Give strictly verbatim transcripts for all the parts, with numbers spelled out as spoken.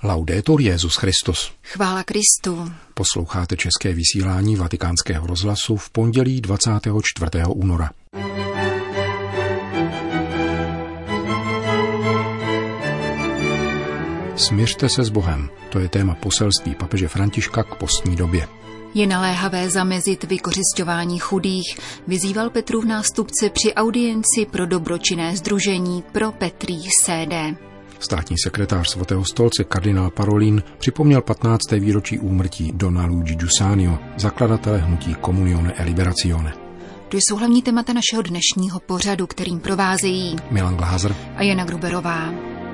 Laudetur Jesus Christus. Chvála Kristu. Posloucháte české vysílání Vatikánského rozhlasu v pondělí dvacátého čtvrtého února. Smiřte se s Bohem. To je téma poselství papeže Františka k postní době. Je naléhavé zamezit vykořisťování chudých, vyzýval Petrův nástupce při audienci pro dobročinné sdružení Pro Petri Sede. Státní sekretář Svatého stolce kardinál Parolin připomněl patnácté výročí úmrtí Dona Luigi Giusanio, zakladatele hnutí Comunione e Liberazione. To jsou hlavní témata našeho dnešního pořadu, kterým provázejí Milan Glázer a Jana Gruberová.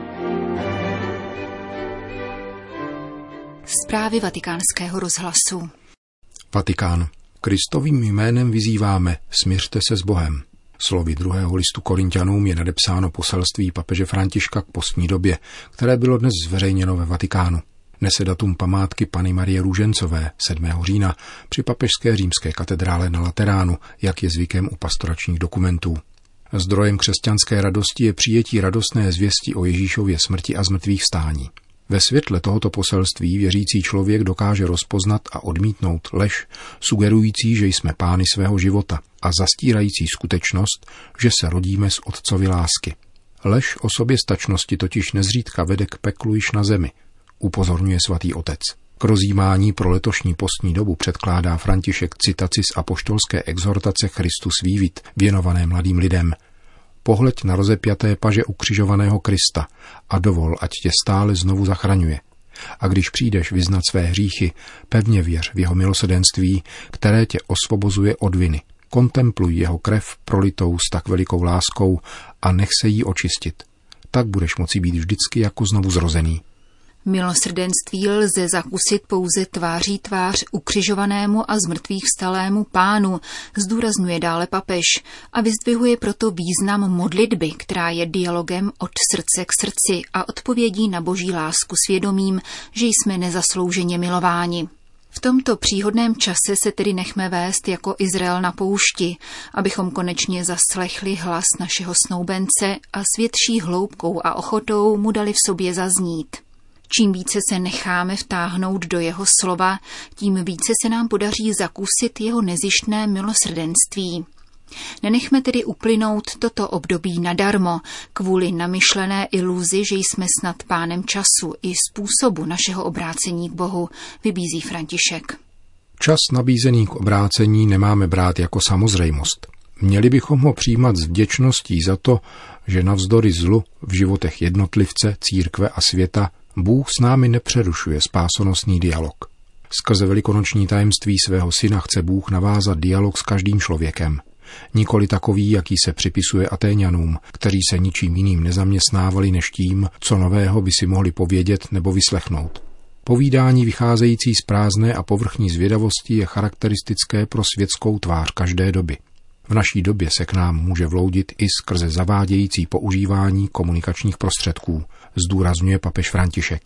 Zprávy Vatikánského rozhlasu. Vatikán. Kristovým jménem vyzýváme, smiřte se s Bohem. Slovy druhého listu Korinťanům je nadepsáno poselství papeže Františka k postní době, které bylo dnes zveřejněno ve Vatikánu. Nese datum památky Panny Marie Růžencové sedmého října při papežské římské katedrále na Lateránu, jak je zvykem u pastoračních dokumentů. Zdrojem křesťanské radosti je přijetí radostné zvěsti o Ježíšově smrti a zmrtvýchvstání. Ve světle tohoto poselství věřící člověk dokáže rozpoznat a odmítnout lež, sugerující, že jsme pány svého života a zastírající skutečnost, že se rodíme z otcovy lásky. Lež o soběstačnosti totiž nezřídka vede k peklu již na zemi, upozorňuje svatý otec. K rozjímání pro letošní postní dobu předkládá František citaci z apoštolské exhortace Christus vivit, věnované mladým lidem. Pohleď na rozepjaté paže ukřižovaného Krista a dovol, ať tě stále znovu zachraňuje. A když přijdeš vyznat své hříchy, pevně věř v jeho milosrdenství, které tě osvobozuje od viny. Kontempluj jeho krev prolitou s tak velikou láskou a nech se jí očistit. Tak budeš moci být vždycky jako znovu zrozený. Milosrdenství lze zakusit pouze tváří tvář ukřižovanému a zmrtvýchvstalému Pánu, zdůrazňuje dále papež a vyzdvihuje proto význam modlitby, která je dialogem od srdce k srdci a odpovědí na boží lásku svědomím, že jsme nezaslouženě milováni. V tomto příhodném čase se tedy nechme vést jako Izrael na poušti, abychom konečně zaslechli hlas našeho snoubence a s větší hloubkou a ochotou mu dali v sobě zaznít. Čím více se necháme vtáhnout do jeho slova, tím více se nám podaří zakusit jeho nezištné milosrdenství. Nenechme tedy uplynout toto období nadarmo, kvůli namyšlené iluzi, že jsme snad pánem času i způsobu našeho obrácení k Bohu, vybízí František. Čas nabízený k obrácení nemáme brát jako samozřejmost. Měli bychom ho přijímat s vděčností za to, že navzdory zlu v životech jednotlivce, církve a světa Bůh s námi nepřerušuje spásonosný dialog. Skrze velikonoční tajemství svého syna chce Bůh navázat dialog s každým člověkem. Nikoli takový, jaký se připisuje Atéňanům, kteří se ničím jiným nezaměstnávali než tím, co nového by si mohli povědět nebo vyslechnout. Povídání vycházející z prázdné a povrchní zvědavosti je charakteristické pro světskou tvář každé doby. V naší době se k nám může vloudit i skrze zavádějící používání komunikačních prostředků, zdůrazňuje papež František.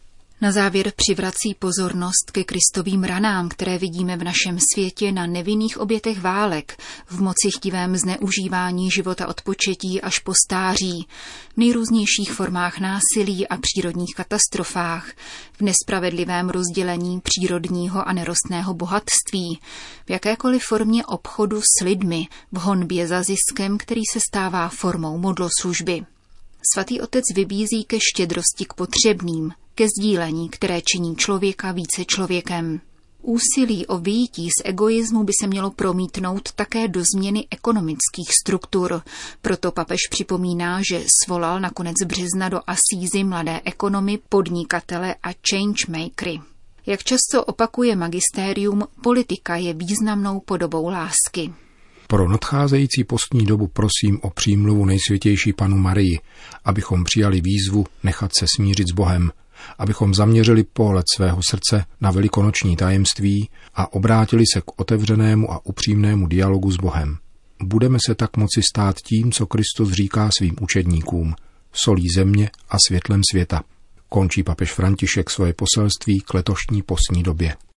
Na závěr přivrací pozornost ke Kristovým ranám, které vidíme v našem světě na nevinných obětech válek, v mocichtivém zneužívání života od početí až po stáří, v nejrůznějších formách násilí a přírodních katastrofách, v nespravedlivém rozdělení přírodního a nerostného bohatství, v jakékoliv formě obchodu s lidmi, v honbě za ziskem, který se stává formou modloslužby. Svatý otec vybízí ke štědrosti k potřebným, ke sdílení, které činí člověka více člověkem. Úsilí o vyjití z egoismu by se mělo promítnout také do změny ekonomických struktur. Proto papež připomíná, že svolal na konec března do Asízy mladé ekonomy, podnikatele a changemakery. Jak často opakuje magistérium, politika je významnou podobou lásky. Pro nadcházející postní dobu prosím o přímluvu nejsvětější Pannu Marii, abychom přijali výzvu nechat se smířit s Bohem, abychom zaměřili pohled svého srdce na velikonoční tajemství a obrátili se k otevřenému a upřímnému dialogu s Bohem. Budeme se tak moci stát tím, co Kristus říká svým učedníkům, solí země a světlem světa. Končí papež František svoje poselství k letošní postní době.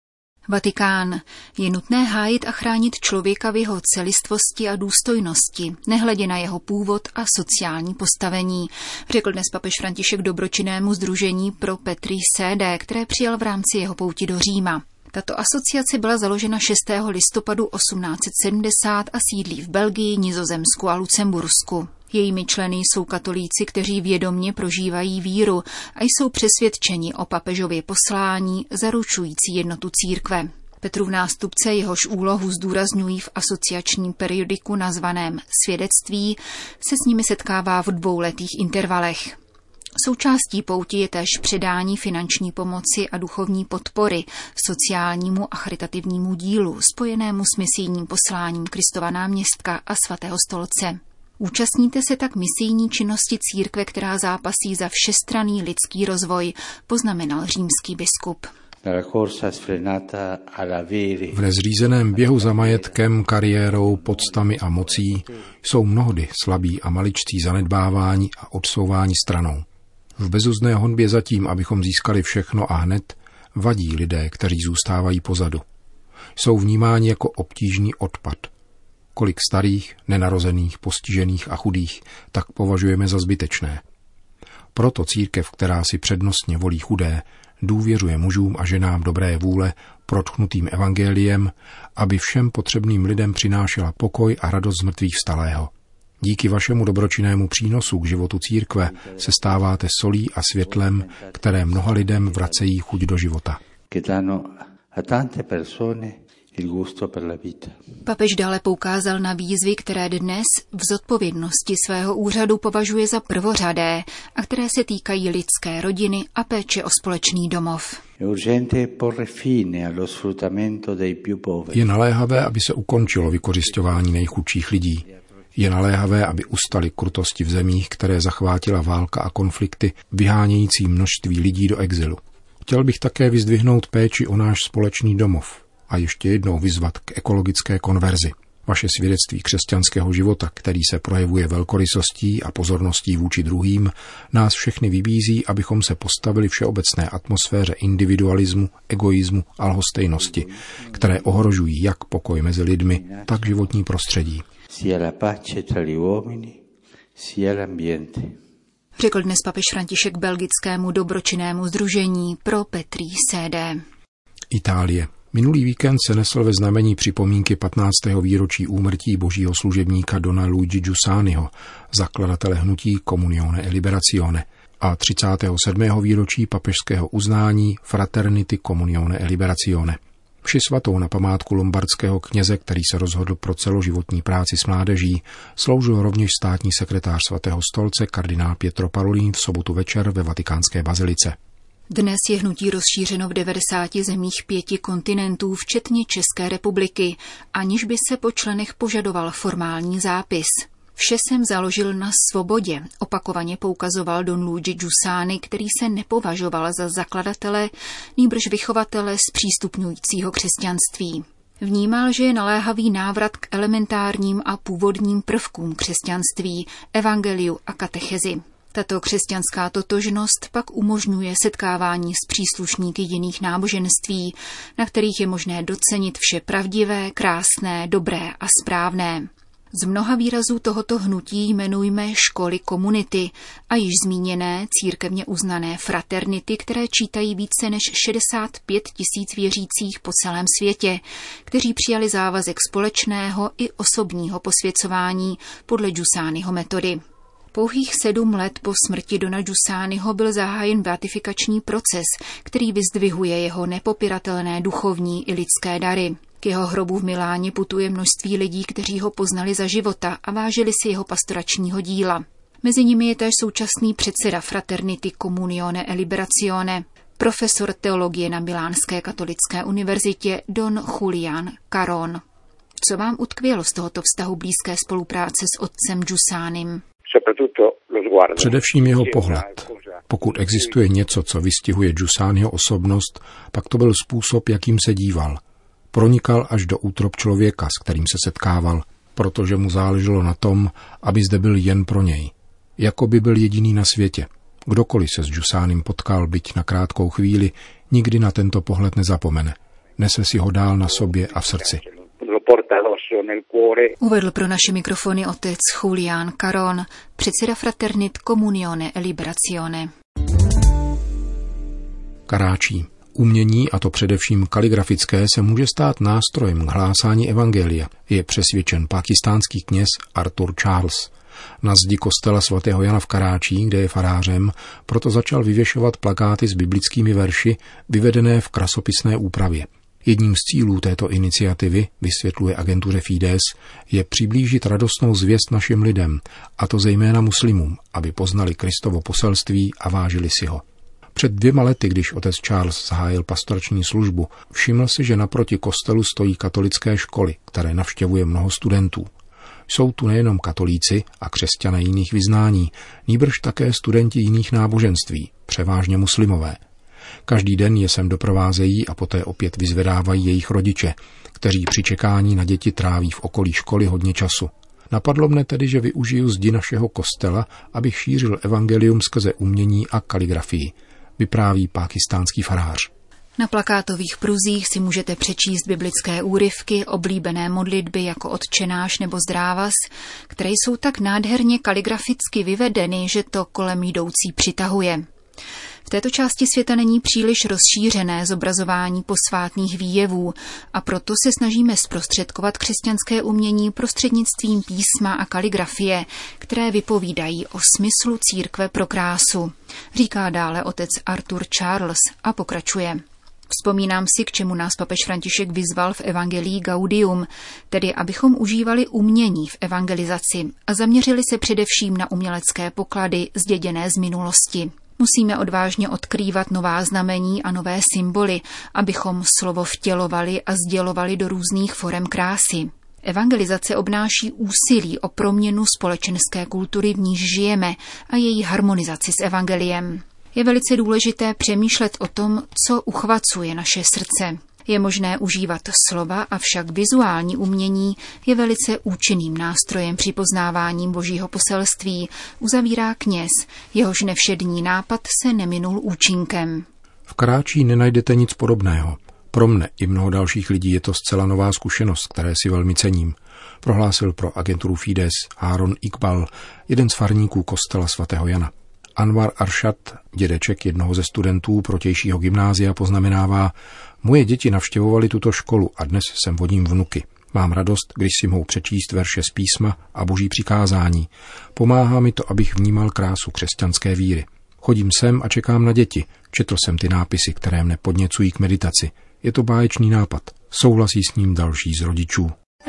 Vatikán. Je nutné hájit a chránit člověka v jeho celistvosti a důstojnosti, nehledě na jeho původ a sociální postavení, řekl dnes papež František dobročinnému sdružení Pro Petri Sede, které přijal v rámci jeho pouti do Říma. Tato asociace byla založena šestého listopadu osmnáct set sedmdesát a sídlí v Belgii, Nizozemsku a Lucembursku. Jejími členy jsou katolíci, kteří vědomně prožívají víru a jsou přesvědčeni o papežově poslání, zaručující jednotu církve. Petrův nástupce, jehož úlohu zdůrazňují v asociačním periodiku nazvaném Svědectví, se s nimi setkává v dvouletých intervalech. Součástí pouti je též předání finanční pomoci a duchovní podpory sociálnímu a charitativnímu dílu spojenému s misijním posláním Kristova náměstka a svatého stolce. Účastníte se tak misijní činnosti církve, která zápasí za všestranný lidský rozvoj, poznamenal římský biskup. V nezřízeném běhu za majetkem, kariérou, poctami a mocí jsou mnohdy slabí a maličcí zanedbávání a odsouvání stranou. V bezuzdné honbě zatím, abychom získali všechno a hned, vadí lidé, kteří zůstávají pozadu. Jsou vnímáni jako obtížný odpad. Kolik starých, nenarozených, postižených a chudých, tak považujeme za zbytečné. Proto církev, která si přednostně volí chudé, důvěřuje mužům a ženám dobré vůle, protchnutým evangeliem, aby všem potřebným lidem přinášela pokoj a radost z mrtvých vstalého. Díky vašemu dobročinnému přínosu k životu církve se stáváte solí a světlem, které mnoha lidem vracejí chuť do života. Papež dále poukázal na výzvy, které dnes v zodpovědnosti svého úřadu považuje za prvořadé a které se týkají lidské rodiny a péče o společný domov. Je naléhavé, aby se ukončilo vykořisťování nejchudších lidí. Je naléhavé, aby ustaly krutosti v zemích, které zachvátila válka a konflikty, vyhánějící množství lidí do exilu. Chtěl bych také vyzdvihnout péči o náš společný domov a ještě jednou vyzvat k ekologické konverzi. Vaše svědectví křesťanského života, který se projevuje velkorysostí a pozorností vůči druhým, nás všechny vybízí, abychom se postavili všeobecné atmosféře individualismu, egoismu a lhostejnosti, které ohrožují jak pokoj mezi lidmi, tak životní prostředí. Řekl dnes papež František belgickému dobročinnému sdružení Pro Petri Sede. Itálie. Minulý víkend se nesl ve znamení připomínky patnáctého výročí úmrtí božího služebníka Dona Luigi Giussaniho, zakladatele hnutí Comunione e Liberazione, a třicátého sedmého výročí papežského uznání Fraternity Comunione e Liberazione. Vši svatou na památku lombardského kněze, který se rozhodl pro celoživotní práci s mládeží, sloužil rovněž státní sekretář svatého stolce kardinál Pietro Parolin v sobotu večer ve vatikánské bazilice. Dnes je hnutí rozšířeno v devadesáti zemích pěti kontinentů, včetně České republiky, aniž by se po členech požadoval formální zápis. Vše jsem založil na svobodě, opakovaně poukazoval Don Luigi Giussani, který se nepovažoval za zakladatele, nýbrž vychovatele zpřístupňujícího křesťanství. Vnímal, že je naléhavý návrat k elementárním a původním prvkům křesťanství, evangeliu a katechezi. Tato křesťanská totožnost pak umožňuje setkávání s příslušníky jiných náboženství, na kterých je možné docenit vše pravdivé, krásné, dobré a správné. Z mnoha výrazů tohoto hnutí jmenujme školy komunity a již zmíněné církevně uznané fraternity, které čítají více než šedesát pět tisíc věřících po celém světě, kteří přijali závazek společného i osobního posvěcování podle Giussaniho metody. Pouhých sedm let po smrti Dona Giussaniho byl zahájen beatifikační proces, který vyzdvihuje jeho nepopiratelné duchovní i lidské dary. K jeho hrobu v Miláně putuje množství lidí, kteří ho poznali za života a vážili si jeho pastoračního díla. Mezi nimi je též současný předseda Fraternity Comunione e Liberazione, profesor teologie na Milánské katolické univerzitě Don Julián Caron. Co vám utkvělo z tohoto vztahu blízké spolupráce s otcem Giussanim? Především jeho pohled. Pokud existuje něco, co vystihuje Giussaniho osobnost, pak to byl způsob, jakým se díval. Pronikal až do útrob člověka, s kterým se setkával, protože mu záleželo na tom, aby zde byl jen pro něj. Jako by byl jediný na světě. Kdokoliv se s Giussanim potkal, byť na krátkou chvíli, nikdy na tento pohled nezapomene. Nese si ho dál na sobě a v srdci. Uvedl pro naše mikrofony otec Julián Caron, předseda Fraternit Comunione e Liberazione. Karáčí. Umění, a to především kaligrafické, se může stát nástrojem k hlásání evangelia, je přesvědčen pákistánský kněz Arthur Charles. Na zdi kostela svatého Jana v Karáčí, kde je farářem, proto začal vyvěšovat plakáty s biblickými verši, vyvedené v krasopisné úpravě. Jedním z cílů této iniciativy, vysvětluje agentuře Fides, je přiblížit radostnou zvěst našim lidem, a to zejména muslimům, aby poznali Kristovo poselství a vážili si ho. Před dvěma lety, když otec Charles zahájil pastorační službu, všiml si, že naproti kostelu stojí katolické školy, které navštěvuje mnoho studentů. Jsou tu nejenom katolíci a křesťané jiných vyznání, nýbrž také studenti jiných náboženství, převážně muslimové. Každý den je sem doprovázejí a poté opět vyzvedávají jejich rodiče, kteří při čekání na děti tráví v okolí školy hodně času. Napadlo mne tedy, že využiju zdi našeho kostela, abych šířil evangelium skrze umění a kaligrafii, vypráví pákistánský farář. Na plakátových pruzích si můžete přečíst biblické úryvky, oblíbené modlitby jako Otčenáš nebo Zdrávas, které jsou tak nádherně kaligraficky vyvedeny, že to kolem jdoucí přitahuje. V této části světa není příliš rozšířené zobrazování posvátných výjevů a proto se snažíme zprostředkovat křesťanské umění prostřednictvím písma a kaligrafie, které vypovídají o smyslu církve pro krásu, říká dále otec Arthur Charles a pokračuje. Vzpomínám si, k čemu nás papež František vyzval v Evangelii Gaudium, tedy abychom užívali umění v evangelizaci a zaměřili se především na umělecké poklady zděděné z minulosti. Musíme odvážně odkrývat nová znamení a nové symboly, abychom slovo vtělovali a sdělovali do různých forem krásy. Evangelizace obnáší úsilí o proměnu společenské kultury, v níž žijeme, a její harmonizaci s evangeliem. Je velice důležité přemýšlet o tom, co uchvacuje naše srdce. Je možné užívat slova, avšak vizuální umění je velice účinným nástrojem při poznávání božího poselství, uzavírá kněz, jehož nevšední nápad se neminul účinkem. V Karáčí nenajdete nic podobného. Pro mne i mnoho dalších lidí je to zcela nová zkušenost, které si velmi cením, prohlásil pro agenturu Fides Harun Iqbal, jeden z farníků kostela svatého Jana. Anwar Arshad, dědeček jednoho ze studentů protějšího gymnázia, poznamenává: moje děti navštěvovaly tuto školu a dnes sem vodím vnuky. Mám radost, když si mohou přečíst verše z písma a boží přikázání. Pomáhá mi to, abych vnímal krásu křesťanské víry. Chodím sem a čekám na děti. Četl jsem ty nápisy, které mne podněcují k meditaci. Je to báječný nápad. Souhlasí s ním další z rodičů.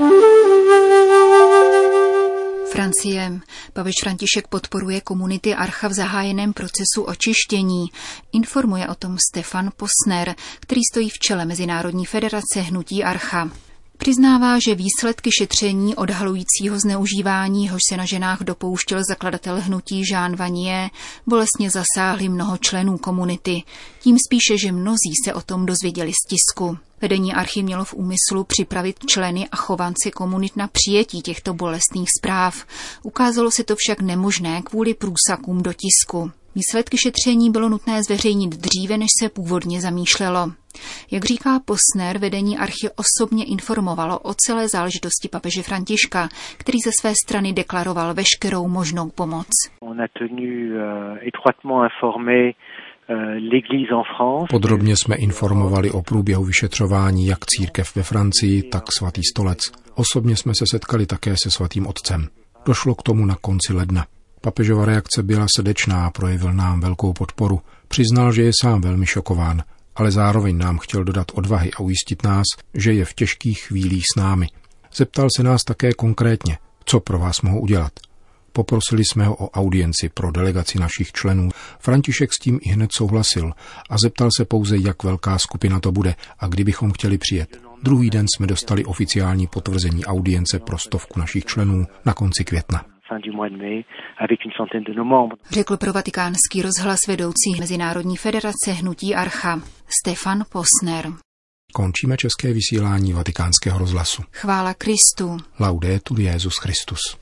Francie. Papež František podporuje komunity Archa v zahájeném procesu očištění. Informuje o tom Stefan Posner, který stojí v čele Mezinárodní federace hnutí Archa. Přiznává, že výsledky šetření odhalujícího zneužívání, jehož se na ženách dopouštěl zakladatel hnutí Jean Vanier, bolestně zasáhly mnoho členů komunity. Tím spíše, že mnozí se o tom dozvěděli z tisku. Vedení Archy mělo v úmyslu připravit členy a chovance komunit na přijetí těchto bolestných zpráv. Ukázalo se to však nemožné kvůli průsakům do tisku. Výsledky šetření bylo nutné zveřejnit dříve, než se původně zamýšlelo. Jak říká Posner, vedení Archy osobně informovalo o celé záležitosti papeže Františka, který ze své strany deklaroval veškerou možnou pomoc. Podrobně jsme informovali o průběhu vyšetřování jak církev ve Francii, tak svatý stolec. Osobně jsme se setkali také se svatým otcem. Došlo k tomu na konci ledna. Papežova reakce byla srdečná a projevil nám velkou podporu. Přiznal, že je sám velmi šokován, ale zároveň nám chtěl dodat odvahy a ujistit nás, že je v těžkých chvílích s námi. Zeptal se nás také konkrétně, co pro vás mohu udělat. Poprosili jsme ho o audienci pro delegaci našich členů. František s tím ihned souhlasil a zeptal se pouze, jak velká skupina to bude a kdy bychom chtěli přijet. Druhý den jsme dostali oficiální potvrzení audience pro stovku našich členů na konci května. Řekl pro Vatikánský rozhlas vedoucí Mezinárodní federace hnutí Archa Stefan Posner. Končíme české vysílání Vatikánského rozhlasu. Chvála Kristu. Laudetur Jesus Christus.